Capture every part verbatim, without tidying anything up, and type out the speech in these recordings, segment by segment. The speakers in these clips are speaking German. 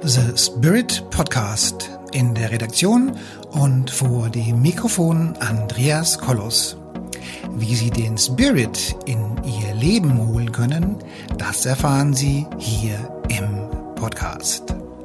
The Spirit Podcast. In der Redaktion und vor dem Mikrofon Andreas Kollos. Wie Sie den Spirit in Ihr Leben holen können, das erfahren Sie hier im Podcast.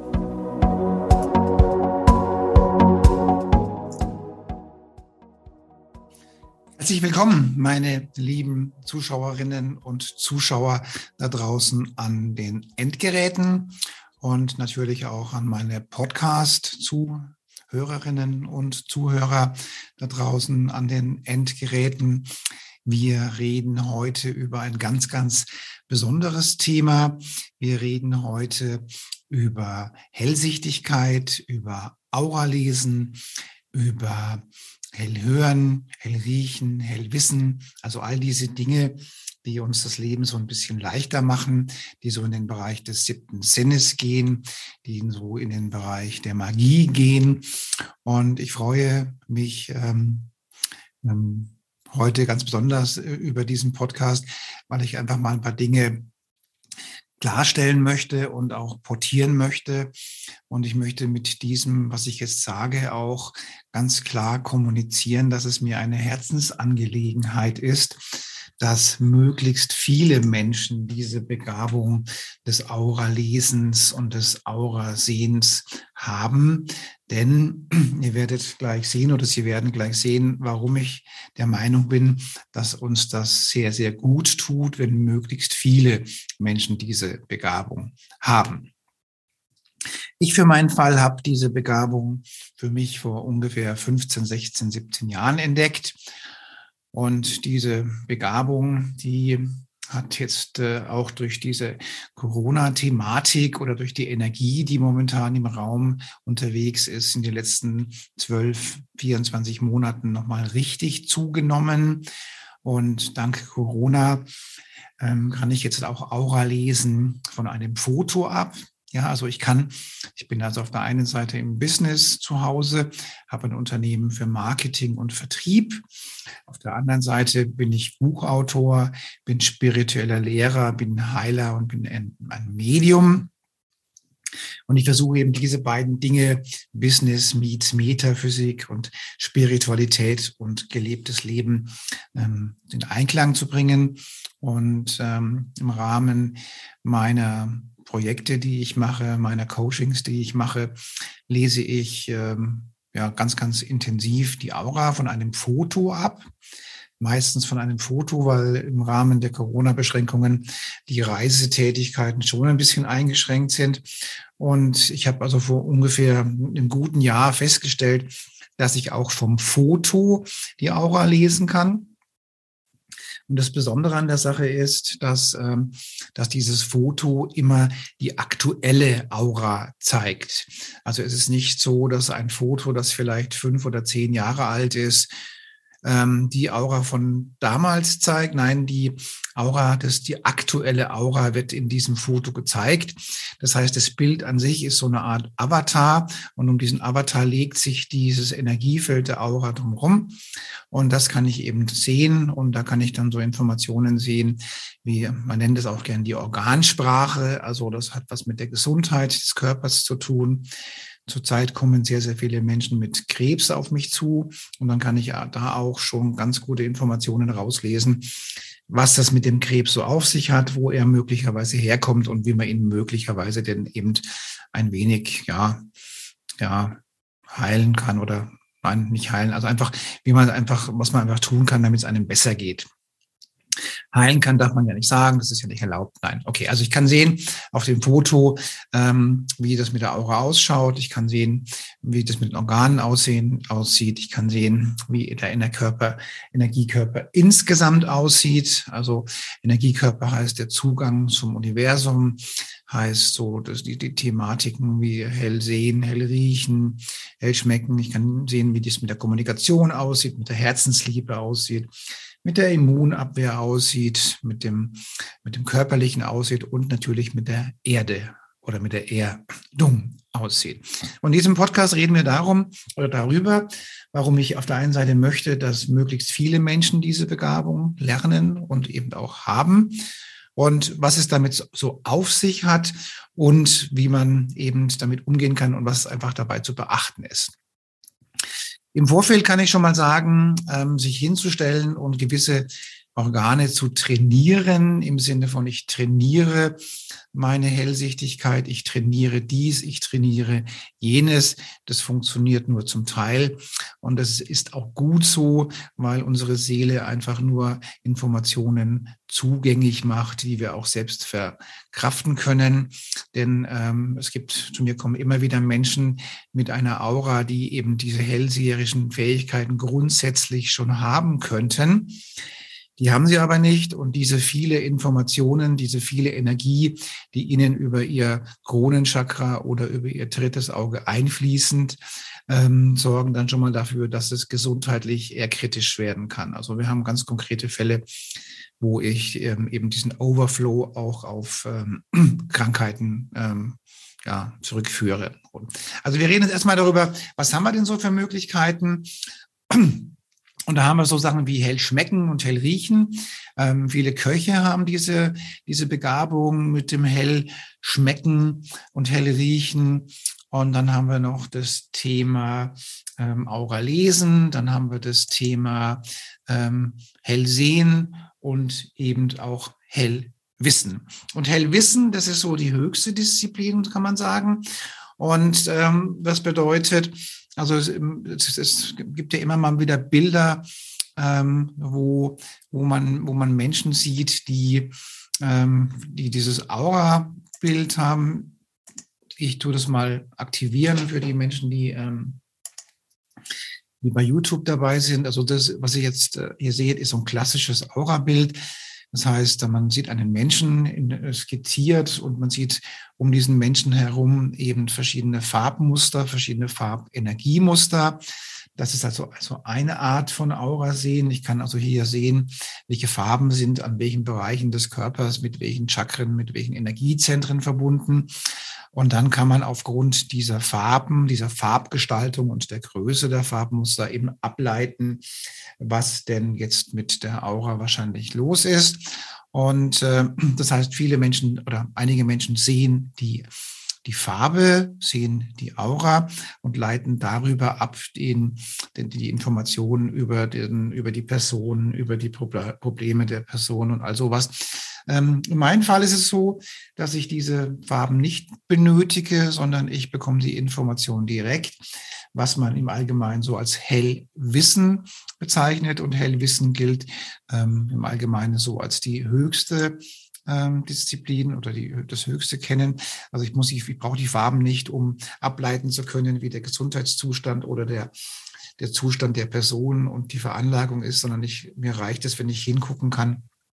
Herzlich willkommen, meine lieben Zuschauerinnen und Zuschauer da draußen an den Endgeräten und natürlich auch an meine Podcast-Zuhörerinnen und Zuhörer da draußen an den Endgeräten. Wir reden heute über ein ganz, ganz besonderes Thema. Wir reden heute über Hellsichtigkeit, über Auralesen, über Hellhören, Hellriechen, Hellwissen, also all diese Dinge, die uns das Leben so ein bisschen leichter machen, die so in den Bereich des siebten Sinnes gehen, die so in den Bereich der Magie gehen. Und ich freue mich ähm, ähm, heute ganz besonders über diesen Podcast, weil ich einfach mal ein paar Dinge klarstellen möchte und auch portieren möchte. Und ich möchte mit diesem, was ich jetzt sage, auch ganz klar kommunizieren, dass es mir eine Herzensangelegenheit ist, dass möglichst viele Menschen diese Begabung des Auralesens und des Aurasehens haben. Denn ihr werdet gleich sehen oder Sie werden gleich sehen, warum ich der Meinung bin, dass uns das sehr, sehr gut tut, wenn möglichst viele Menschen diese Begabung haben. Ich für meinen Fall habe diese Begabung für mich vor ungefähr fünfzehn, sechzehn, siebzehn Jahren entdeckt. Und diese Begabung, die hat jetzt äh, auch durch diese Corona-Thematik oder durch die Energie, die momentan im Raum unterwegs ist, in den letzten zwölf, vierundzwanzig Monaten nochmal richtig zugenommen. Und dank Corona ähm, kann ich jetzt auch Aura lesen von einem Foto ab. Ja, also ich kann, ich bin also auf der einen Seite im Business zu Hause, habe ein Unternehmen für Marketing und Vertrieb. Auf der anderen Seite bin ich Buchautor, bin spiritueller Lehrer, bin Heiler und bin ein, ein Medium. Und ich versuche eben diese beiden Dinge, Business meets Metaphysik und Spiritualität und gelebtes Leben, ähm, in Einklang zu bringen. Und ähm, im Rahmen meiner Projekte, die ich mache, meiner Coachings, die ich mache, lese ich ähm, ja ganz, ganz intensiv die Aura von einem Foto ab. Meistens von einem Foto, weil im Rahmen der Corona-Beschränkungen die Reisetätigkeiten schon ein bisschen eingeschränkt sind. Und ich habe also vor ungefähr einem guten Jahr festgestellt, dass ich auch vom Foto die Aura lesen kann. Und das Besondere an der Sache ist, dass, ähm, dass dieses Foto immer die aktuelle Aura zeigt. Also es ist nicht so, dass ein Foto, das vielleicht fünf oder zehn Jahre alt ist, ähm, die Aura von damals zeigt. Nein, die Aura, das, die aktuelle Aura wird in diesem Foto gezeigt. Das heißt, das Bild an sich ist so eine Art Avatar und um diesen Avatar legt sich dieses Energiefeld der Aura drumherum. Und das kann ich eben sehen und da kann ich dann so Informationen sehen, wie man nennt es auch gern die Organsprache. Also das hat was mit der Gesundheit des Körpers zu tun. Zurzeit kommen sehr, sehr viele Menschen mit Krebs auf mich zu und dann kann ich da auch schon ganz gute Informationen rauslesen, was das mit dem Krebs so auf sich hat, wo er möglicherweise herkommt und wie man ihn möglicherweise denn eben ein wenig, ja, ja, heilen kann oder nein, nicht heilen, also einfach, wie man einfach, was man einfach tun kann, damit es einem besser geht. Heilen kann, darf man ja nicht sagen, das ist ja nicht erlaubt. Nein, okay, also ich kann sehen auf dem Foto, ähm, wie das mit der Aura ausschaut. Ich kann sehen, wie das mit den Organen aussehen, aussieht. Ich kann sehen, wie der Innerkörper, Energiekörper insgesamt aussieht. Also Energiekörper heißt der Zugang zum Universum, heißt so, dass die, die Thematiken wie hell sehen, hell riechen, hell schmecken. Ich kann sehen, wie das mit der Kommunikation aussieht, mit der Herzensliebe aussieht, mit der Immunabwehr aussieht, mit dem, mit dem Körperlichen aussieht und natürlich mit der Erde oder mit der Erdung aussieht. Und in diesem Podcast reden wir darum oder darüber, warum ich auf der einen Seite möchte, dass möglichst viele Menschen diese Begabung lernen und eben auch haben. und was es damit so auf sich hat und wie man eben damit umgehen kann und was einfach dabei zu beachten ist. Im Vorfeld kann ich schon mal sagen, ähm, sich hinzustellen und gewisse Organe zu trainieren, im Sinne von ich trainiere meine Hellsichtigkeit, ich trainiere dies, ich trainiere jenes. Das funktioniert nur zum Teil und das ist auch gut so, weil unsere Seele einfach nur Informationen zugänglich macht, die wir auch selbst verkraften können. Denn ähm, es gibt, zu mir kommen immer wieder Menschen mit einer Aura, die eben diese hellseherischen Fähigkeiten grundsätzlich schon haben könnten. Die haben sie aber nicht und diese viele Informationen, diese viele Energie, die ihnen über ihr Kronenchakra oder über ihr drittes Auge einfließend, ähm, sorgen dann schon mal dafür, dass es gesundheitlich eher kritisch werden kann. Also wir haben ganz konkrete Fälle, wo ich ähm, eben diesen Overflow auch auf ähm, Krankheiten ähm, ja, zurückführe. Also wir reden jetzt erstmal darüber, was haben wir denn so für Möglichkeiten? Und da haben wir so Sachen wie hell schmecken und hell riechen. Ähm, viele Köche haben diese, diese Begabung mit dem hell schmecken und hell riechen. Und dann haben wir noch das Thema ähm, Aura lesen. Dann haben wir das Thema ähm, hell sehen und eben auch hell wissen. Und hell wissen, das ist so die höchste Disziplin, kann man sagen. Und ähm, das bedeutet, also es, es, es gibt ja immer mal wieder Bilder, ähm, wo, wo, man, wo man Menschen sieht, die, ähm, die dieses Aura-Bild haben. Ich tue das mal aktivieren für die Menschen, die, ähm, die bei YouTube dabei sind. Also das, was ihr jetzt äh, hier seht, ist so ein klassisches Aura-Bild. Das heißt, man sieht einen Menschen skizziert und man sieht um diesen Menschen herum eben verschiedene Farbmuster, verschiedene Farbenergiemuster. Das ist also, also eine Art von Aura sehen. Ich kann also hier sehen, welche Farben sind an welchen Bereichen des Körpers, mit welchen Chakren, mit welchen Energiezentren verbunden. Und dann kann man aufgrund dieser Farben, dieser Farbgestaltung und der Größe der Farbmuster eben ableiten, was denn jetzt mit der Aura wahrscheinlich los ist. Und äh, das heißt, viele Menschen oder einige Menschen sehen die, die Farbe, sehen die Aura und leiten darüber ab den, den, die Informationen über, den, über die Person, über die Probleme der Person und all sowas. Ähm, in meinem Fall ist es so, dass ich diese Farben nicht benötige, sondern ich bekomme die Information direkt, was man im Allgemeinen so als Hellwissen bezeichnet. Und Hellwissen gilt ähm, im Allgemeinen so als die höchste ähm, Disziplin oder die, das höchste Kennen. Also ich muss, ich, ich brauche die Farben nicht, um ableiten zu können, wie der Gesundheitszustand oder der der Zustand der Person und die Veranlagung ist, sondern ich, mir reicht es, wenn ich hingucken kann,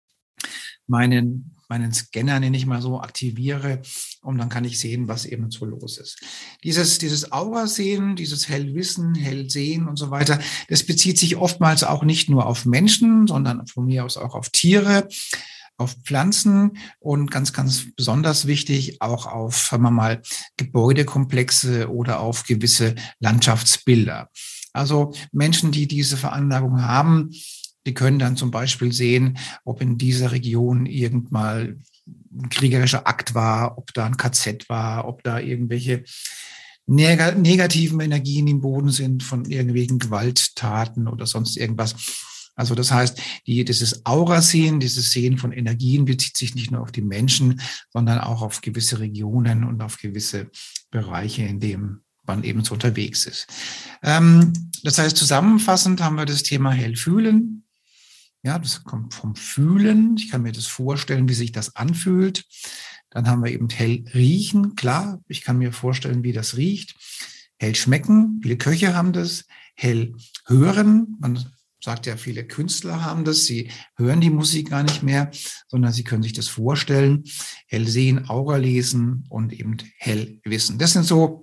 meinen, meinen Scanner, nenne ich mal so, aktiviere und dann kann ich sehen, was eben so los ist. Dieses, dieses Aura-Sehen, dieses Hellwissen, Hellsehen und so weiter, das bezieht sich oftmals auch nicht nur auf Menschen, sondern von mir aus auch auf Tiere, auf Pflanzen und ganz, ganz besonders wichtig auch auf, sagen wir mal, Gebäudekomplexe oder auf gewisse Landschaftsbilder. Also Menschen, die diese Veranlagung haben, die können dann zum Beispiel sehen, ob in dieser Region irgend mal ein kriegerischer Akt war, ob da ein K Z war, ob da irgendwelche neg- negativen Energien im Boden sind von irgendwelchen Gewalttaten oder sonst irgendwas. Also das heißt, die, dieses Aura-Sehen, dieses Sehen von Energien bezieht sich nicht nur auf die Menschen, sondern auch auf gewisse Regionen und auf gewisse Bereiche, in denen man eben so unterwegs ist. Ähm, das heißt, zusammenfassend haben wir das Thema Hellfühlen. Ja, das kommt vom Fühlen. Ich kann mir das vorstellen, wie sich das anfühlt. Dann haben wir eben hell riechen. Klar, ich kann mir vorstellen, wie das riecht. Hell schmecken. Viele Köche haben das. Hell hören. Man sagt ja, viele Künstler haben das. Sie hören die Musik gar nicht mehr, sondern sie können sich das vorstellen. Hell sehen, Aura lesen und eben hell wissen. Das sind so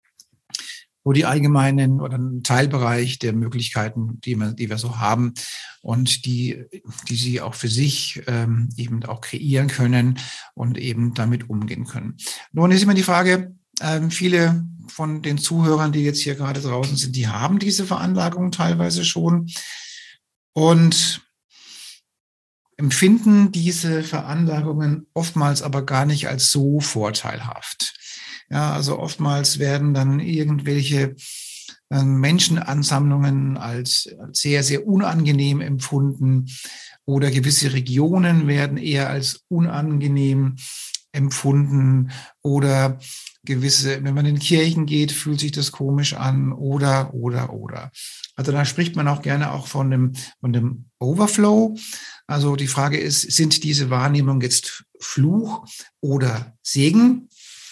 wo die allgemeinen oder ein Teilbereich der Möglichkeiten, die wir, die wir so haben und die, die sie auch für sich ähm, eben auch kreieren können und eben damit umgehen können. Nun ist immer die Frage, ähm, viele von den Zuhörern, die jetzt hier gerade draußen sind, die haben diese Veranlagung teilweise schon und empfinden diese Veranlagungen oftmals aber gar nicht als so vorteilhaft. Ja, also oftmals werden dann irgendwelche äh, Menschenansammlungen als, als sehr, sehr unangenehm empfunden oder gewisse Regionen werden eher als unangenehm empfunden oder gewisse, wenn man in Kirchen geht, fühlt sich das komisch an oder, oder, oder. Also da spricht man auch gerne auch von dem, von dem Overflow. Also die Frage ist, sind diese Wahrnehmungen jetzt Fluch oder Segen?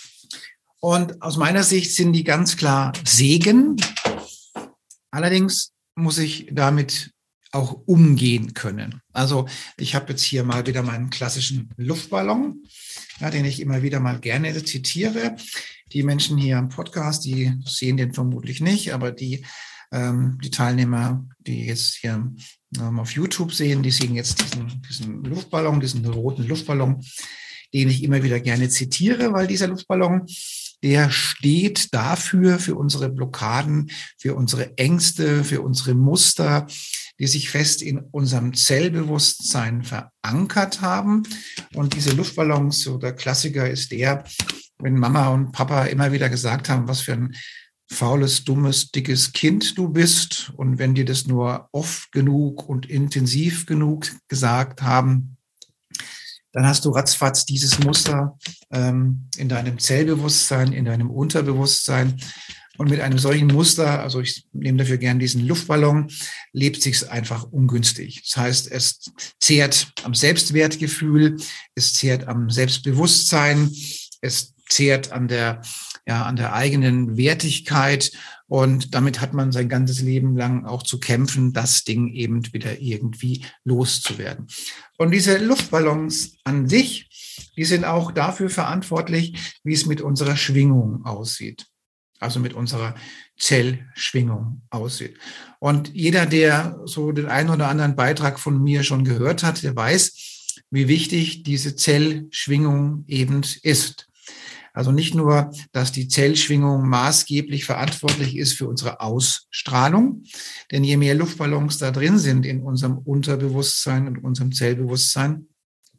Und aus meiner Sicht sind die ganz klar Segen. Allerdings muss ich damit auch umgehen können. Also ich habe jetzt hier mal wieder meinen klassischen Luftballon, ja, den ich immer wieder mal gerne zitiere. Die Menschen hier am Podcast, die sehen den vermutlich nicht, aber die, ähm, die Teilnehmer, die jetzt hier ähm, auf YouTube sehen, die sehen jetzt diesen, diesen Luftballon, diesen roten Luftballon, den ich immer wieder gerne zitiere, weil dieser Luftballon, der steht dafür, für unsere Blockaden, für unsere Ängste, für unsere Muster, die sich fest in unserem Zellbewusstsein verankert haben. Und diese Luftballons, so der Klassiker ist der, wenn Mama und Papa immer wieder gesagt haben, was für ein faules, dummes, dickes Kind du bist. Und wenn die das nur oft genug und intensiv genug gesagt haben, dann hast du ratzfatz dieses Muster ähm, in deinem Zellbewusstsein, in deinem Unterbewusstsein. Und mit einem solchen Muster, also ich nehme dafür gern diesen Luftballon, lebt sich's einfach ungünstig. Das heißt, es zehrt am Selbstwertgefühl, es zehrt am Selbstbewusstsein, es zehrt an der, ja, an der eigenen Wertigkeit. Und damit hat man sein ganzes Leben lang auch zu kämpfen, das Ding eben wieder irgendwie loszuwerden. Und diese Luftballons an sich, die sind auch dafür verantwortlich, wie es mit unserer Schwingung aussieht. Also mit unserer Zellschwingung aussieht. Und jeder, der so den einen oder anderen Beitrag von mir schon gehört hat, der weiß, wie wichtig diese Zellschwingung eben ist. Also nicht nur, dass die Zellschwingung maßgeblich verantwortlich ist für unsere Ausstrahlung, denn je mehr Luftballons da drin sind in unserem Unterbewusstsein und unserem Zellbewusstsein,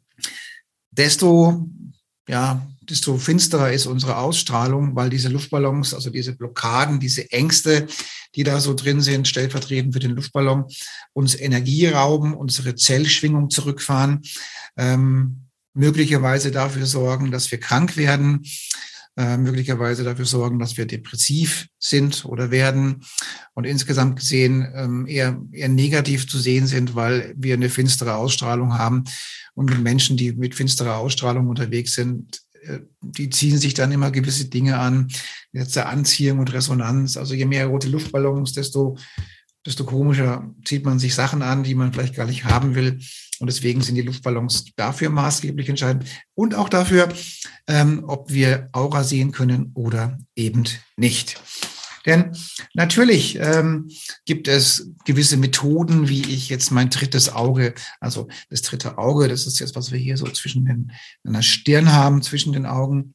desto, ja, desto finsterer ist unsere Ausstrahlung, weil diese Luftballons, also diese Blockaden, diese Ängste, die da so drin sind, stellvertretend für den Luftballon, uns Energie rauben, unsere Zellschwingung zurückfahren, ähm, möglicherweise dafür sorgen, dass wir krank werden, äh, möglicherweise dafür sorgen, dass wir depressiv sind oder werden und insgesamt gesehen ähm, eher, eher negativ zu sehen sind, weil wir eine finstere Ausstrahlung haben. Und mit Menschen, die mit finsterer Ausstrahlung unterwegs sind, äh, die ziehen sich dann immer gewisse Dinge an, jetzt der Anziehung und Resonanz. Also je mehr rote Luftballons, desto desto komischer zieht man sich Sachen an, die man vielleicht gar nicht haben will. Und deswegen sind die Luftballons dafür maßgeblich entscheidend und auch dafür, ähm, ob wir Aura sehen können oder eben nicht. Denn natürlich ähm, gibt es gewisse Methoden, wie ich jetzt mein drittes Auge, also das dritte Auge, das ist jetzt, was wir hier so zwischen den, in der Stirn haben, zwischen den Augen.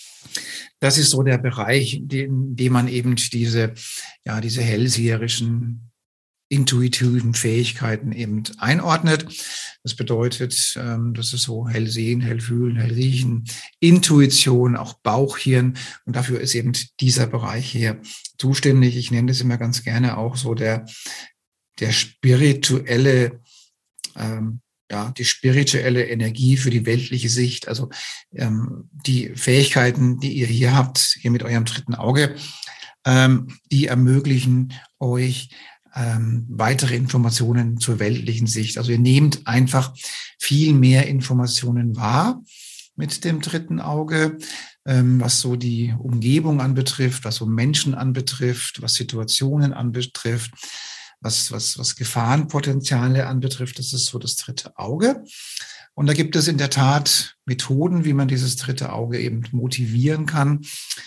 Das ist so der Bereich, in dem man eben diese, ja, diese hellseherischen, intuitiven Fähigkeiten eben einordnet. Das bedeutet, das ist so hell sehen, hell fühlen, hell riechen, Intuition, auch Bauchhirn. Und dafür ist eben dieser Bereich hier zuständig. Ich nenne das immer ganz gerne auch so der, der spirituelle, ähm, ja, die spirituelle Energie für die weltliche Sicht. Also ähm, die Fähigkeiten, die ihr hier habt, hier mit eurem dritten Auge, ähm, die ermöglichen euch Ähm, weitere Informationen zur weltlichen Sicht. Also ihr nehmt einfach viel mehr Informationen wahr mit dem dritten Auge, ähm, was so die Umgebung anbetrifft, was so Menschen anbetrifft, was Situationen anbetrifft, was, was, was Gefahrenpotenziale anbetrifft. Das ist so das dritte Auge. Und da gibt es in der Tat Methoden, wie man dieses dritte Auge eben motivieren kann,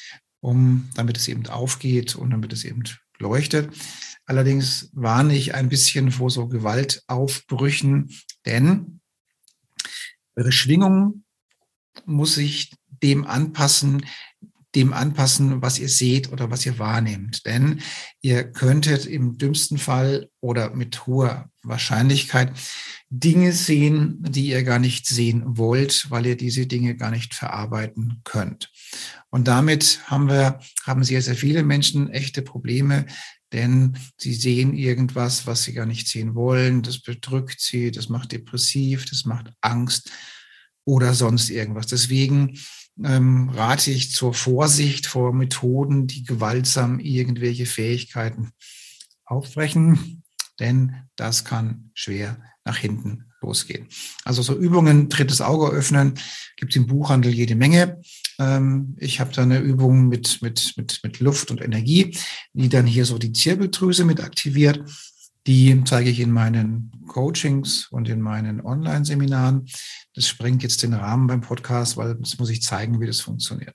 um, damit es eben aufgeht und damit es eben leuchtet. Allerdings warne ich ein bisschen vor so Gewaltaufbrüchen, denn eure Schwingung muss sich dem anpassen, dem anpassen, was ihr seht oder was ihr wahrnehmt. Denn ihr könntet im dümmsten Fall oder mit hoher Wahrscheinlichkeit Dinge sehen, die ihr gar nicht sehen wollt, weil ihr diese Dinge gar nicht verarbeiten könnt. Und damit haben wir, haben sehr, sehr viele Menschen echte Probleme, denn sie sehen irgendwas, was sie gar nicht sehen wollen. Das bedrückt sie, das macht depressiv, das macht Angst oder sonst irgendwas. Deswegen ähm, rate ich zur Vorsicht vor Methoden, die gewaltsam irgendwelche Fähigkeiten aufbrechen, denn das kann schwer nach hinten losgehen. Also so Übungen, drittes Auge öffnen, gibt es im Buchhandel jede Menge. Ähm, ich habe da eine Übung mit, mit, mit, mit Luft und Energie, die dann hier so die Zirbeldrüse mit aktiviert. Die zeige ich in meinen Coachings und in meinen Online-Seminaren. Das sprengt jetzt den Rahmen beim Podcast, weil das muss ich zeigen, wie das funktioniert.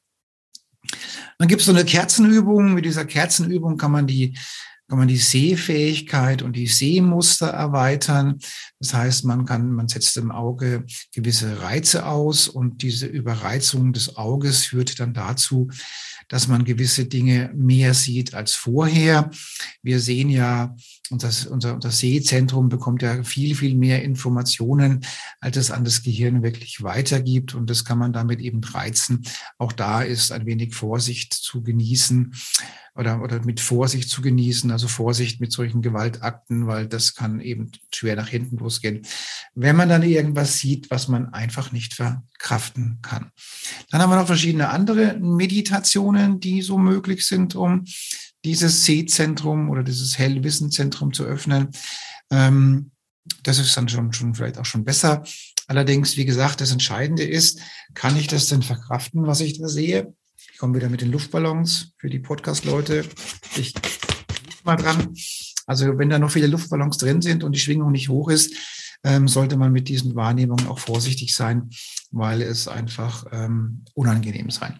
Dann gibt es so eine Kerzenübung. Mit dieser Kerzenübung kann man die kann man die Sehfähigkeit und die Sehmuster erweitern. Das heißt, man kann, man setzt im Auge gewisse Reize aus und diese Überreizung des Auges führt dann dazu, dass man gewisse Dinge mehr sieht als vorher. Wir sehen ja, und das, unser, unser Sehzentrum bekommt ja viel, viel mehr Informationen, als es an das Gehirn wirklich weitergibt. Und das kann man damit eben reizen. Auch da ist ein wenig Vorsicht zu genießen oder, oder mit Vorsicht zu genießen. Also Vorsicht mit solchen Gewaltakten, weil das kann eben schwer nach hinten losgehen, wenn man dann irgendwas sieht, was man einfach nicht verkraften kann. Dann haben wir noch verschiedene andere Meditationen, die so möglich sind, um dieses Sehzentrum oder dieses Hellwissenzentrum zu öffnen. Ähm, das ist dann schon, schon vielleicht auch schon besser. Allerdings, wie gesagt, das Entscheidende ist, kann ich das denn verkraften, was ich da sehe? Ich komme wieder mit den Luftballons für die Podcast-Leute. Ich bin mal dran. Also wenn da noch viele Luftballons drin sind und die Schwingung nicht hoch ist, ähm, sollte man mit diesen Wahrnehmungen auch vorsichtig sein, weil es einfach ähm, unangenehm sein.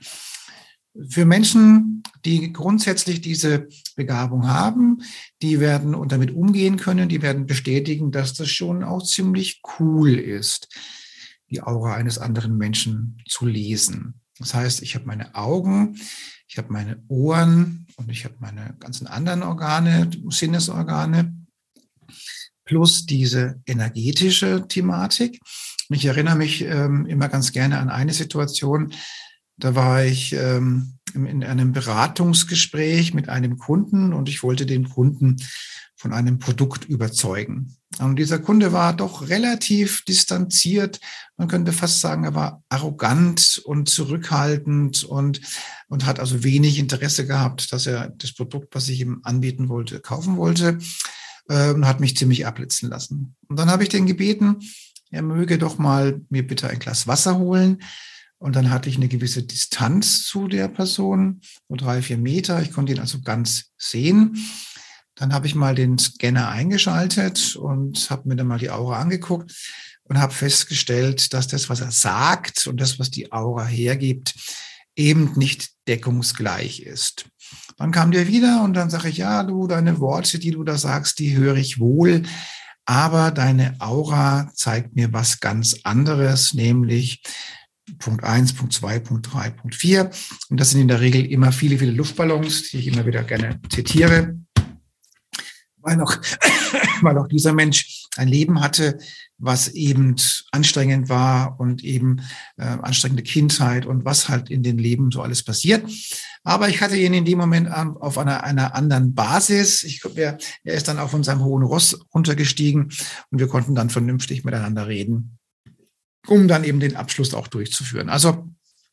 Für Menschen, die grundsätzlich diese Begabung haben, die werden und damit umgehen können, die werden bestätigen, dass das schon auch ziemlich cool ist, die Aura eines anderen Menschen zu lesen. Das heißt, ich habe meine Augen, ich habe meine Ohren und ich habe meine ganzen anderen Organe, Sinnesorgane, plus diese energetische Thematik. Und ich erinnere mich ähm, immer ganz gerne an eine Situation. Da war ich ähm, in einem Beratungsgespräch mit einem Kunden und ich wollte den Kunden von einem Produkt überzeugen. Und dieser Kunde war doch relativ distanziert. Man könnte fast sagen, er war arrogant und zurückhaltend und, und hat also wenig Interesse gehabt, dass er das Produkt, was ich ihm anbieten wollte, kaufen wollte, äh, und hat mich ziemlich abblitzen lassen. Und dann habe ich den gebeten, er möge doch mal mir bitte ein Glas Wasser holen. Und dann hatte ich eine gewisse Distanz zu der Person, so drei, vier Meter. Ich konnte ihn also ganz sehen. Dann habe ich mal den Scanner eingeschaltet und habe mir dann mal die Aura angeguckt und habe festgestellt, dass das, was er sagt und das, was die Aura hergibt, eben nicht deckungsgleich ist. Dann kam der wieder und dann sage ich, ja, du, deine Worte, die du da sagst, die höre ich wohl. Aber deine Aura zeigt mir was ganz anderes, nämlich Punkt eins, Punkt zwei, Punkt drei, Punkt vier. Und das sind in der Regel immer viele, viele Luftballons, die ich immer wieder gerne zitiere. Weil auch, weil auch dieser Mensch ein Leben hatte, was eben anstrengend war und eben äh, anstrengende Kindheit und was halt in den Leben so alles passiert. Aber ich hatte ihn in dem Moment an, auf einer, einer anderen Basis. Ich, er, er ist dann auch von seinem hohen Ross runtergestiegen und wir konnten dann vernünftig miteinander reden, um dann eben den Abschluss auch durchzuführen. Also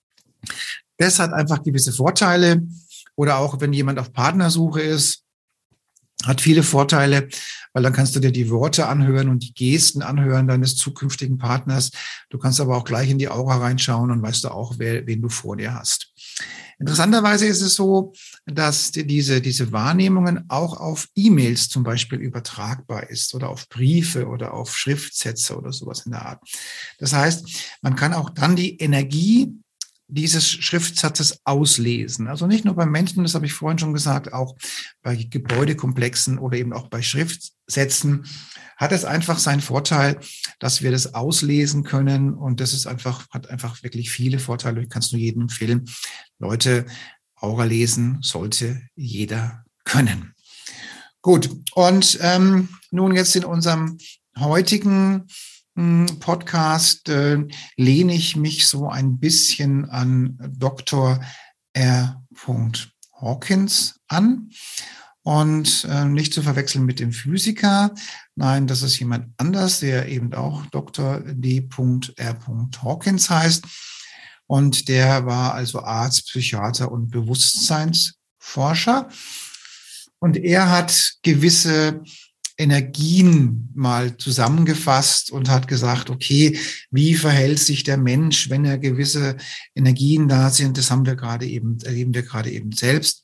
das hat einfach gewisse Vorteile. Oder auch wenn jemand auf Partnersuche ist, hat viele Vorteile, weil dann kannst du dir die Worte anhören und die Gesten anhören deines zukünftigen Partners. Du kannst aber auch gleich in die Aura reinschauen und weißt du auch, wer, wen du vor dir hast. Interessanterweise ist es so, dass diese, diese Wahrnehmungen auch auf E-Mails zum Beispiel übertragbar ist oder auf Briefe oder auf Schriftsätze oder sowas in der Art. Das heißt, man kann auch dann die Energie dieses Schriftsatzes auslesen. Also nicht nur bei Menschen, das habe ich vorhin schon gesagt, auch bei Gebäudekomplexen oder eben auch bei Schriftsätzen hat es einfach seinen Vorteil, dass wir das auslesen können. Und das ist einfach, hat einfach wirklich viele Vorteile. Ich kann es nur jedem empfehlen. Leute, Aura lesen sollte jeder können. Gut, und ähm, nun jetzt in unserem heutigen Podcast äh, lehne ich mich so ein bisschen an Doktor R. Hawkins an und äh, nicht zu verwechseln mit dem Physiker. Nein, das ist jemand anders, der eben auch Doktor D. R. Hawkins heißt. Und der war also Arzt, Psychiater und Bewusstseinsforscher. Und er hat gewisse Energien mal zusammengefasst und hat gesagt, okay, wie verhält sich der Mensch, wenn er gewisse Energien da sind? Das haben wir gerade eben, erleben wir gerade eben selbst.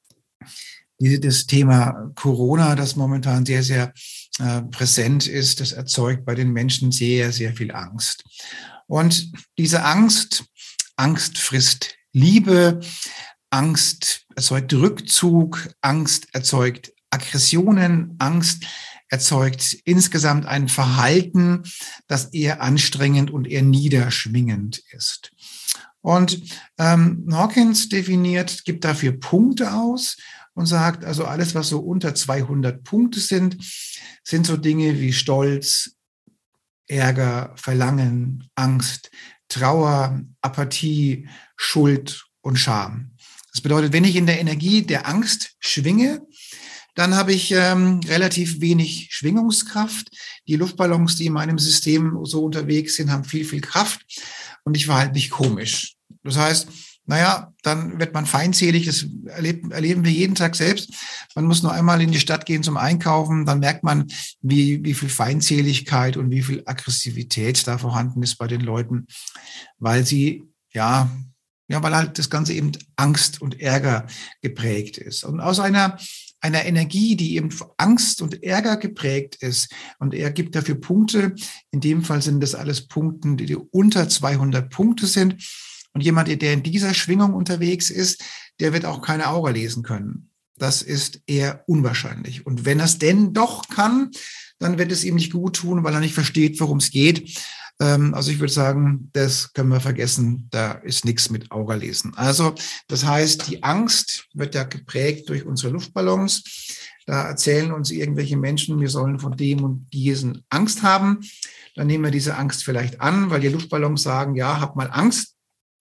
Das Thema Corona, das momentan sehr, sehr äh, präsent ist, das erzeugt bei den Menschen sehr, sehr viel Angst. Und diese Angst, Angst frisst Liebe, Angst erzeugt Rückzug, Angst erzeugt Aggressionen, Angst erzeugt insgesamt ein Verhalten, das eher anstrengend und eher niederschwingend ist. Und ähm, Hawkins definiert, gibt dafür Punkte aus und sagt, also alles, was so unter zweihundert Punkte sind, sind so Dinge wie Stolz, Ärger, Verlangen, Angst, Trauer, Apathie, Schuld und Scham. Das bedeutet, wenn ich in der Energie der Angst schwinge, dann habe ich ähm, relativ wenig Schwingungskraft. Die Luftballons, die in meinem System so unterwegs sind, haben viel, viel Kraft und ich verhalte mich komisch. Das heißt, naja, dann wird man feindselig, das erleben, erleben wir jeden Tag selbst. Man muss nur einmal in die Stadt gehen zum Einkaufen, dann merkt man, wie, wie viel Feindseligkeit und wie viel Aggressivität da vorhanden ist bei den Leuten, weil sie, ja, ja, weil halt das Ganze eben Angst und Ärger geprägt ist. Und aus einer einer Energie, die eben Angst und Ärger geprägt ist. Und er gibt dafür Punkte. In dem Fall sind das alles Punkte, die unter zweihundert Punkte sind. Und jemand, der in dieser Schwingung unterwegs ist, der wird auch keine Aura lesen können. Das ist eher unwahrscheinlich. Und wenn er es denn doch kann, dann wird es ihm nicht gut tun, weil er nicht versteht, worum es geht. Also ich würde sagen, das können wir vergessen, da ist nichts mit Aura lesen. Also das heißt, die Angst wird ja geprägt durch unsere Luftballons. Da erzählen uns irgendwelche Menschen, wir sollen von dem und diesen Angst haben. Dann nehmen wir diese Angst vielleicht an, weil die Luftballons sagen, ja, hab mal Angst.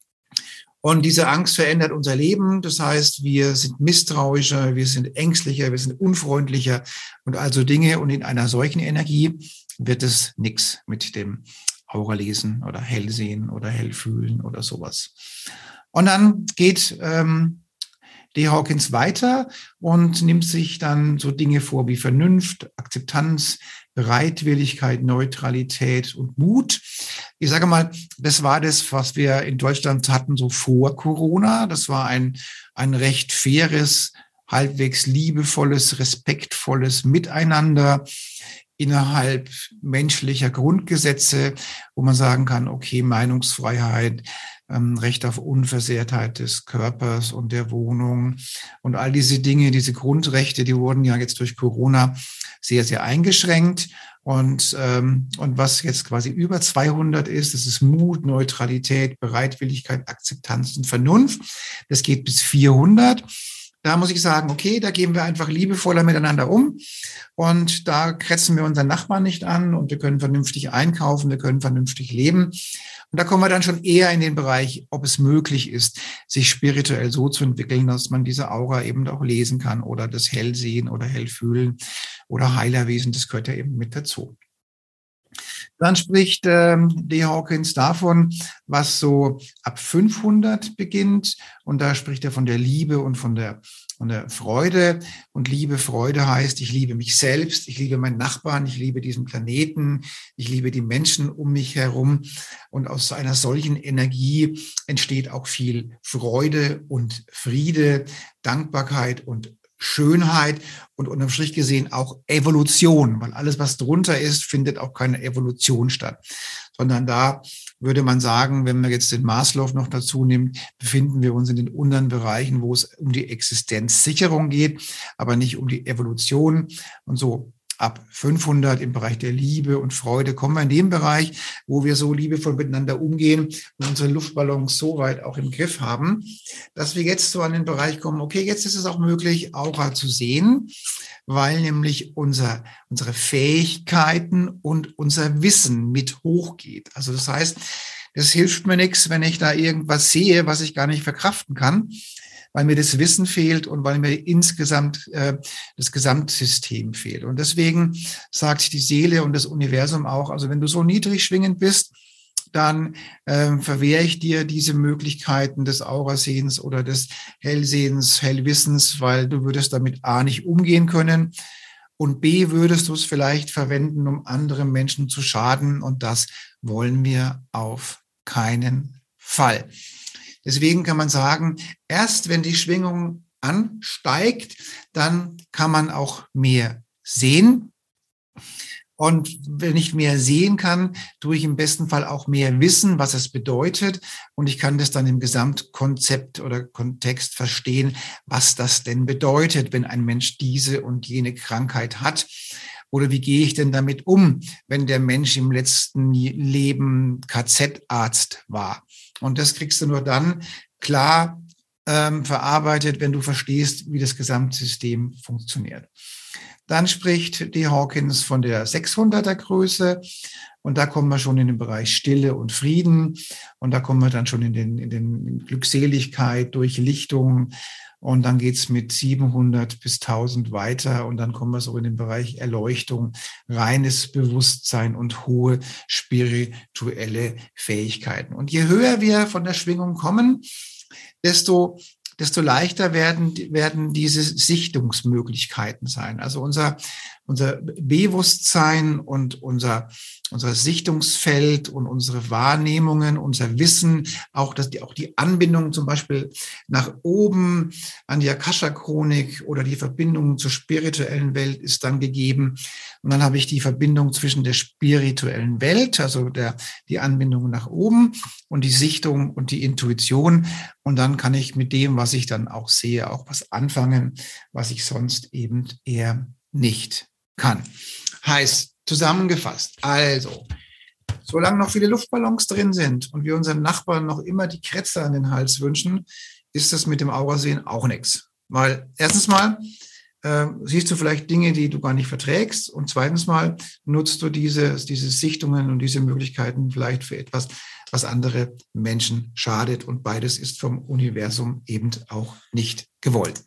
Und diese Angst verändert unser Leben. Das heißt, wir sind misstrauischer, wir sind ängstlicher, wir sind unfreundlicher und also Dinge. Und in einer solchen Energie wird es nichts mit dem Aura lesen oder hell sehen oder hell fühlen oder sowas. Und dann geht ähm, D. Hawkins weiter und nimmt sich dann so Dinge vor wie Vernunft, Akzeptanz, Bereitwilligkeit, Neutralität und Mut. Ich sage mal, das war das, was wir in Deutschland hatten, so vor Corona. Das war ein, ein recht faires, halbwegs liebevolles, respektvolles Miteinander innerhalb menschlicher Grundgesetze, wo man sagen kann, okay, Meinungsfreiheit, ähm, Recht auf Unversehrtheit des Körpers und der Wohnung und all diese Dinge, diese Grundrechte, die wurden ja jetzt durch Corona sehr, sehr eingeschränkt. Und, ähm, und was jetzt quasi über zweihundert ist, das ist Mut, Neutralität, Bereitwilligkeit, Akzeptanz und Vernunft. Das geht bis vierhundert. Da muss ich sagen, okay, da gehen wir einfach liebevoller miteinander um und da kratzen wir unseren Nachbarn nicht an und wir können vernünftig einkaufen, wir können vernünftig leben. Und da kommen wir dann schon eher in den Bereich, ob es möglich ist, sich spirituell so zu entwickeln, dass man diese Aura eben auch lesen kann oder das Hellsehen oder Hellfühlen oder Heilerwesen, das gehört ja eben mit dazu. Dann spricht ähm, D. Hawkins davon, was so ab fünfhundert beginnt. Und da spricht er von der Liebe und von der, von der Freude. Und Liebe, Freude heißt, ich liebe mich selbst, ich liebe meinen Nachbarn, ich liebe diesen Planeten, ich liebe die Menschen um mich herum. Und aus einer solchen Energie entsteht auch viel Freude und Friede, Dankbarkeit und Schönheit und unterm Strich gesehen auch Evolution, weil alles, was drunter ist, findet auch keine Evolution statt, sondern da würde man sagen, wenn man jetzt den Maslow noch dazu nimmt, befinden wir uns in den unteren Bereichen, wo es um die Existenzsicherung geht, aber nicht um die Evolution. Und so ab fünfhundert im Bereich der Liebe und Freude kommen wir in den Bereich, wo wir so liebevoll miteinander umgehen und unsere Luftballons so weit auch im Griff haben, dass wir jetzt so an den Bereich kommen, okay, jetzt ist es auch möglich, Aura zu sehen, weil nämlich unser, unsere Fähigkeiten und unser Wissen mit hochgeht. Also das heißt, es hilft mir nichts, wenn ich da irgendwas sehe, was ich gar nicht verkraften kann, weil mir das Wissen fehlt und weil mir insgesamt äh, das Gesamtsystem fehlt. Und deswegen sagt die Seele und das Universum auch, also wenn du so niedrig schwingend bist, dann äh, verwehre ich dir diese Möglichkeiten des Aurasehens oder des Hellsehens, Hellwissens, weil du würdest damit A nicht umgehen können und B würdest du es vielleicht verwenden, um anderen Menschen zu schaden, und das wollen wir auf keinen Fall. Deswegen kann man sagen, erst wenn die Schwingung ansteigt, dann kann man auch mehr sehen. Und wenn ich mehr sehen kann, tue ich im besten Fall auch mehr wissen, was es bedeutet. Und ich kann das dann im Gesamtkonzept oder Kontext verstehen, was das denn bedeutet, wenn ein Mensch diese und jene Krankheit hat. Oder wie gehe ich denn damit um, wenn der Mensch im letzten Leben K Z-Arzt war? Und das kriegst du nur dann klar ähm, verarbeitet, wenn du verstehst, wie das Gesamtsystem funktioniert. Dann spricht die Hawkins von der sechshunderter Größe und da kommen wir schon in den Bereich Stille und Frieden und da kommen wir dann schon in den, in den Glückseligkeit, Durchlichtung und dann geht's mit siebenhundert bis tausend weiter und dann kommen wir so in den Bereich Erleuchtung, reines Bewusstsein und hohe spirituelle Fähigkeiten. Und je höher wir von der Schwingung kommen, desto desto leichter werden, werden diese Sichtungsmöglichkeiten sein. Also unser, unser Bewusstsein und unser, unser Sichtungsfeld und unsere Wahrnehmungen, unser Wissen, auch, dass die, auch die Anbindung zum Beispiel nach oben an die Akasha-Chronik oder die Verbindung zur spirituellen Welt ist dann gegeben. Und dann habe ich die Verbindung zwischen der spirituellen Welt, also der, die Anbindung nach oben und die Sichtung und die Intuition. Und dann kann ich mit dem, was ich dann auch sehe, auch was anfangen, was ich sonst eben eher nicht kann. Heißt, zusammengefasst, also, solange noch viele Luftballons drin sind und wir unseren Nachbarn noch immer die Krätze an den Hals wünschen, ist das mit dem Aurasehen auch nichts. Weil erstens mal äh, siehst du vielleicht Dinge, die du gar nicht verträgst und zweitens mal nutzt du diese, diese Sichtungen und diese Möglichkeiten vielleicht für etwas, was andere Menschen schadet und beides ist vom Universum eben auch nicht gewollt.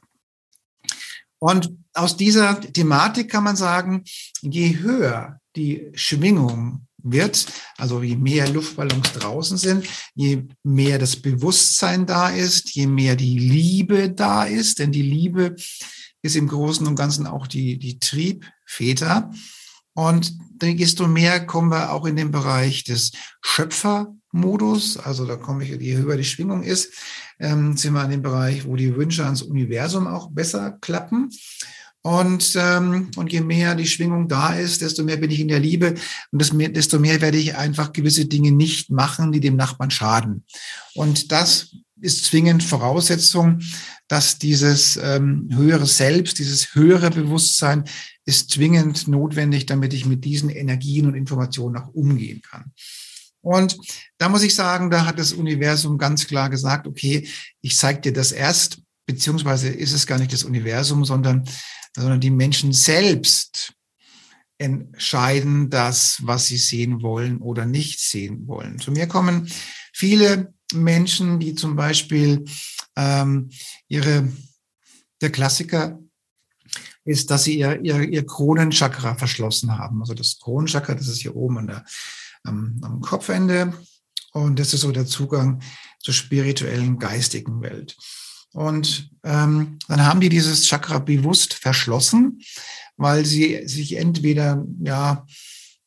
Und aus dieser Thematik kann man sagen, je höher die Schwingung wird, also je mehr Luftballons draußen sind, je mehr das Bewusstsein da ist, je mehr die Liebe da ist, denn die Liebe ist im Großen und Ganzen auch die, die Triebfeder. Und desto mehr kommen wir auch in den Bereich des Schöpfermodus. Also da komme ich, je höher die Schwingung ist, ähm, sind wir in dem Bereich, wo die Wünsche ans Universum auch besser klappen. Und, ähm, und je mehr die Schwingung da ist, desto mehr bin ich in der Liebe und das mehr, desto mehr werde ich einfach gewisse Dinge nicht machen, die dem Nachbarn schaden. Und das ist zwingend Voraussetzung, dass dieses ähm, höhere Selbst, dieses höhere Bewusstsein ist zwingend notwendig, damit ich mit diesen Energien und Informationen auch umgehen kann. Und da muss ich sagen, da hat das Universum ganz klar gesagt, okay, ich zeige dir das erst, beziehungsweise ist es gar nicht das Universum, sondern, sondern die Menschen selbst entscheiden das, was sie sehen wollen oder nicht sehen wollen. Zu mir kommen viele Menschen, die zum Beispiel ähm, ihre, der Klassiker ist, dass sie ihr, ihr, ihr Kronenchakra verschlossen haben. Also das Kronenchakra, das ist hier oben an der, am, am Kopfende und das ist so der Zugang zur spirituellen, geistigen Welt. Und ähm, dann haben die dieses Chakra bewusst verschlossen, weil sie sich entweder ja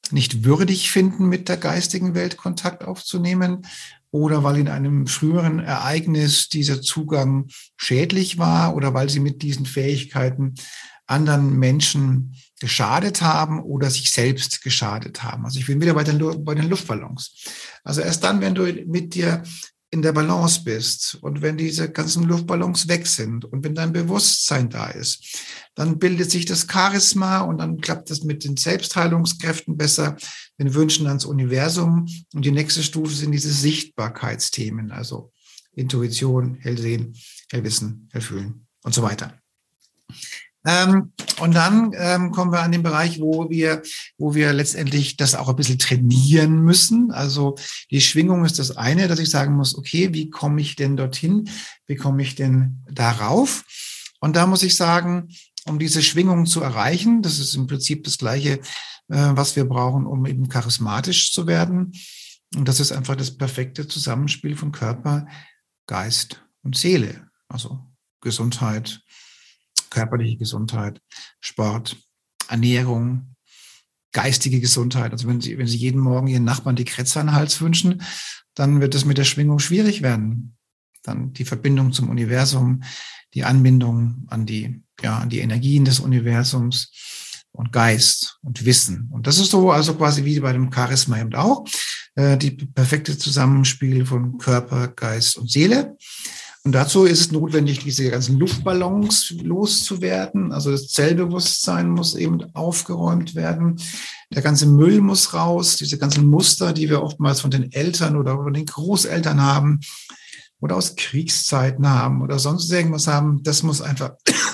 nicht würdig finden, mit der geistigen Welt Kontakt aufzunehmen oder weil in einem früheren Ereignis dieser Zugang schädlich war oder weil sie mit diesen Fähigkeiten anderen Menschen geschadet haben oder sich selbst geschadet haben. Also ich bin wieder bei den, bei den Luftballons. Also erst dann, wenn du mit dir in der Balance bist und wenn diese ganzen Luftballons weg sind und wenn dein Bewusstsein da ist, dann bildet sich das Charisma und dann klappt das mit den Selbstheilungskräften besser, den Wünschen ans Universum. Und die nächste Stufe sind diese Sichtbarkeitsthemen, also Intuition, Hellsehen, Hellwissen, Hellfühlen und so weiter. Ähm, und dann ähm, kommen wir an den Bereich, wo wir, wo wir letztendlich das auch ein bisschen trainieren müssen. Also die Schwingung ist das eine, dass ich sagen muss, okay, wie komme ich denn dorthin? Wie komme ich denn darauf? Und da muss ich sagen, um diese Schwingung zu erreichen, das ist im Prinzip das Gleiche, äh, was wir brauchen, um eben charismatisch zu werden. Und das ist einfach das perfekte Zusammenspiel von Körper, Geist und Seele. Also Gesundheit, körperliche Gesundheit, Sport, Ernährung, geistige Gesundheit. Also wenn Sie, wenn Sie jeden Morgen Ihren Nachbarn die Kretze an den Hals wünschen, dann wird es mit der Schwingung schwierig werden. Dann die Verbindung zum Universum, die Anbindung an die, ja, an die Energien des Universums und Geist und Wissen. Und das ist so, also quasi wie bei dem Charisma eben auch, äh, die perfekte Zusammenspiel von Körper, Geist und Seele. Und dazu ist es notwendig, diese ganzen Luftballons loszuwerden. Also das Zellbewusstsein muss eben aufgeräumt werden. Der ganze Müll muss raus. Diese ganzen Muster, die wir oftmals von den Eltern oder von den Großeltern haben oder aus Kriegszeiten haben oder sonst irgendwas haben, das muss einfach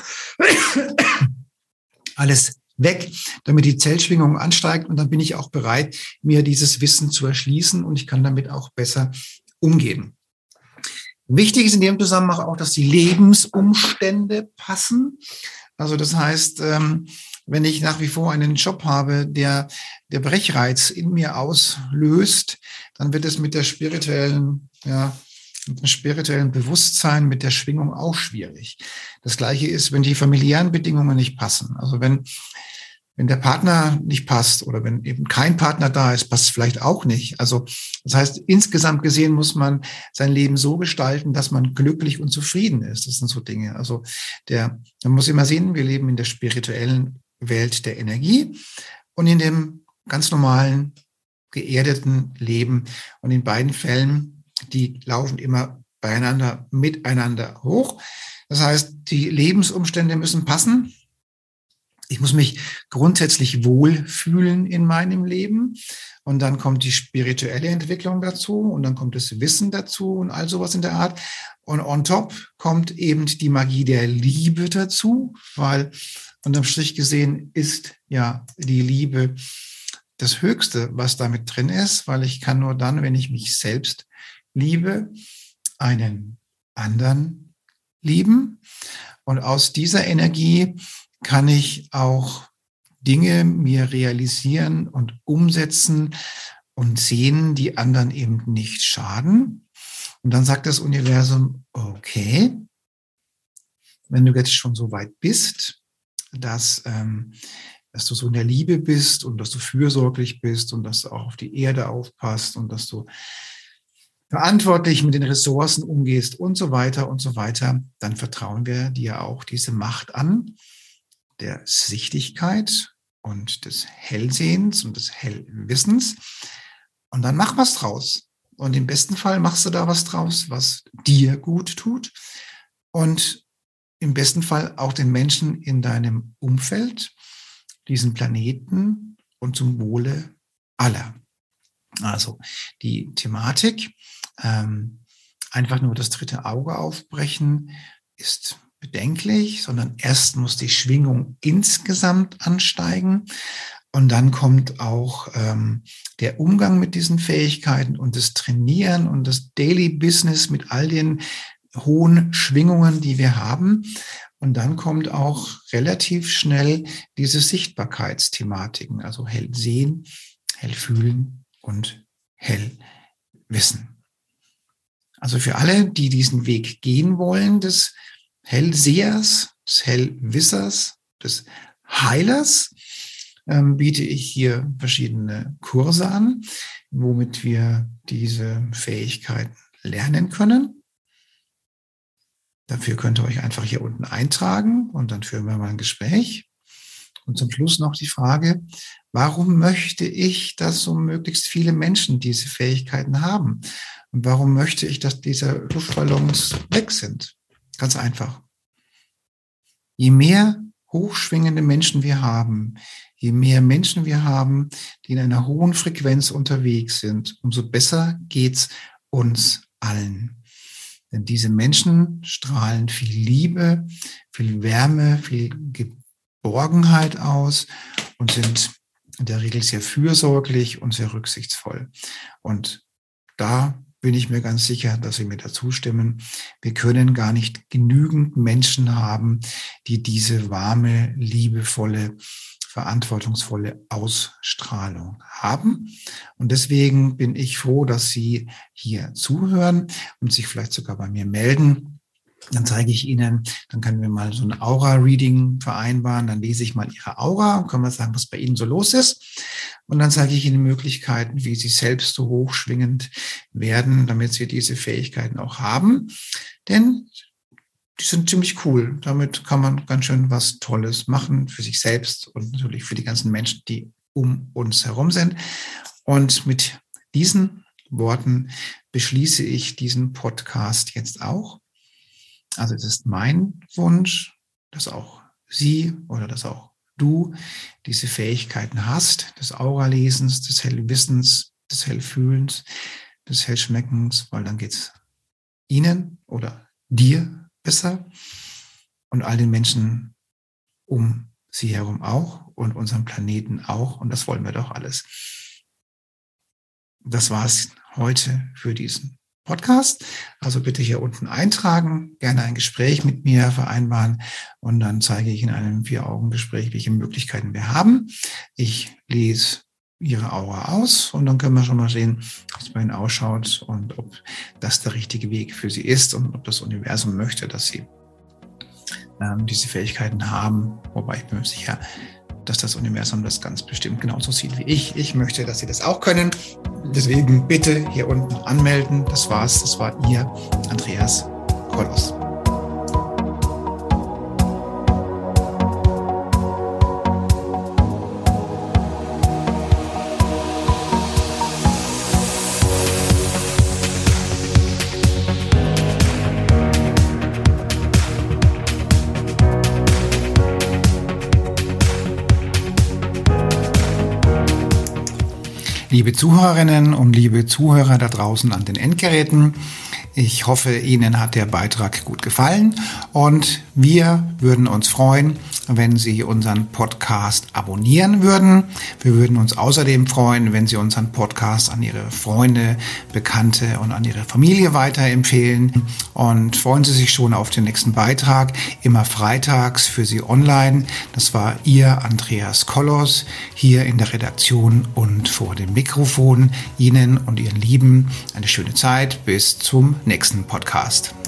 alles weg, damit die Zellschwingung ansteigt. Und dann bin ich auch bereit, mir dieses Wissen zu erschließen und ich kann damit auch besser umgehen. Wichtig ist in dem Zusammenhang auch, dass die Lebensumstände passen. Also das heißt, wenn ich nach wie vor einen Job habe, der der Brechreiz in mir auslöst, dann wird es mit der spirituellen, ja, mit dem spirituellen Bewusstsein, mit der Schwingung auch schwierig. Das Gleiche ist, wenn die familiären Bedingungen nicht passen. Also wenn Wenn der Partner nicht passt oder wenn eben kein Partner da ist, passt es vielleicht auch nicht. Also das heißt, insgesamt gesehen muss man sein Leben so gestalten, dass man glücklich und zufrieden ist. Das sind so Dinge. Also der, man muss immer sehen, wir leben in der spirituellen Welt der Energie und in dem ganz normalen, geerdeten Leben. Und in beiden Fällen, die laufen immer beieinander, miteinander hoch. Das heißt, die Lebensumstände müssen passen. Ich muss mich grundsätzlich wohlfühlen in meinem Leben. Und dann kommt die spirituelle Entwicklung dazu und dann kommt das Wissen dazu und all sowas in der Art. Und on top kommt eben die Magie der Liebe dazu, weil unterm Strich gesehen ist ja die Liebe das Höchste, was damit drin ist, weil ich kann nur dann, wenn ich mich selbst liebe, einen anderen lieben. Und aus dieser Energie kann ich auch Dinge mir realisieren und umsetzen und sehen, die anderen eben nicht schaden. Und dann sagt das Universum, okay, wenn du jetzt schon so weit bist, dass, ähm, dass du so in der Liebe bist und dass du fürsorglich bist und dass du auch auf die Erde aufpasst und dass du verantwortlich mit den Ressourcen umgehst und so weiter und so weiter, dann vertrauen wir dir auch diese Macht an, der Sichtigkeit und des Hellsehens und des Hellwissens. Und dann mach was draus. Und im besten Fall machst du da was draus, was dir gut tut. Und im besten Fall auch den Menschen in deinem Umfeld, diesen Planeten und zum Wohle aller. Also die Thematik, ähm, einfach nur das dritte Auge aufbrechen, ist bedenklich, sondern erst muss die Schwingung insgesamt ansteigen und dann kommt auch ähm, der Umgang mit diesen Fähigkeiten und das Trainieren und das Daily Business mit all den hohen Schwingungen, die wir haben. Und dann kommt auch relativ schnell diese Sichtbarkeitsthematiken, also hell sehen, hell fühlen und hell wissen. Also für alle, die diesen Weg gehen wollen, des Hellsehers, des Hellwissers, des Heilers, ähm, biete ich hier verschiedene Kurse an, womit wir diese Fähigkeiten lernen können. Dafür könnt ihr euch einfach hier unten eintragen und dann führen wir mal ein Gespräch. Und zum Schluss noch die Frage, warum möchte ich, dass so möglichst viele Menschen diese Fähigkeiten haben? Und warum möchte ich, dass diese Luftballons weg sind? Ganz einfach. Je mehr hochschwingende Menschen wir haben, je mehr Menschen wir haben, die in einer hohen Frequenz unterwegs sind, umso besser geht's uns allen. Denn diese Menschen strahlen viel Liebe, viel Wärme, viel Geborgenheit aus und sind in der Regel sehr fürsorglich und sehr rücksichtsvoll. Und da bin ich mir ganz sicher, dass Sie mir dazu stimmen. Wir können gar nicht genügend Menschen haben, die diese warme, liebevolle, verantwortungsvolle Ausstrahlung haben. Und deswegen bin ich froh, dass Sie hier zuhören und sich vielleicht sogar bei mir melden. Dann zeige ich Ihnen, dann können wir mal so ein Aura-Reading vereinbaren. Dann lese ich mal Ihre Aura und können wir sagen, was bei Ihnen so los ist. Und dann zeige ich Ihnen Möglichkeiten, wie Sie selbst so hochschwingend werden, damit Sie diese Fähigkeiten auch haben. Denn die sind ziemlich cool. Damit kann man ganz schön was Tolles machen für sich selbst und natürlich für die ganzen Menschen, die um uns herum sind. Und mit diesen Worten beschließe ich diesen Podcast jetzt auch. Also es ist mein Wunsch, dass auch Sie oder dass auch du diese Fähigkeiten hast, des Auralesens, des Hellwissens, des Hellfühlens, des Hellschmeckens, weil dann geht es Ihnen oder dir besser und all den Menschen um Sie herum auch und unserem Planeten auch. Und das wollen wir doch alles. Das war es heute für diesen Podcast. Also bitte hier unten eintragen, gerne ein Gespräch mit mir vereinbaren und dann zeige ich in einem Vier-Augen-Gespräch, welche Möglichkeiten wir haben. Ich lese Ihre Aura aus und dann können wir schon mal sehen, wie es bei Ihnen ausschaut und ob das der richtige Weg für Sie ist und ob das Universum möchte, dass Sie ähm, diese Fähigkeiten haben. Wobei ich bin mir sicher, dass das Universum das ganz bestimmt genauso sieht wie ich. Ich möchte, dass Sie das auch können. Deswegen bitte hier unten anmelden. Das war's. Das war Ihr Andreas Kollos. Liebe Zuhörerinnen und liebe Zuhörer da draußen an den Endgeräten, ich hoffe, Ihnen hat der Beitrag gut gefallen und wir würden uns freuen, wenn Sie unseren Podcast abonnieren würden. Wir würden uns außerdem freuen, wenn Sie unseren Podcast an Ihre Freunde, Bekannte und an Ihre Familie weiterempfehlen und freuen Sie sich schon auf den nächsten Beitrag, immer freitags für Sie online. Das war Ihr Andreas Kollos hier in der Redaktion und vor dem Mikrofon. Ihnen und Ihren Lieben eine schöne Zeit. Bis zum nächsten Podcast.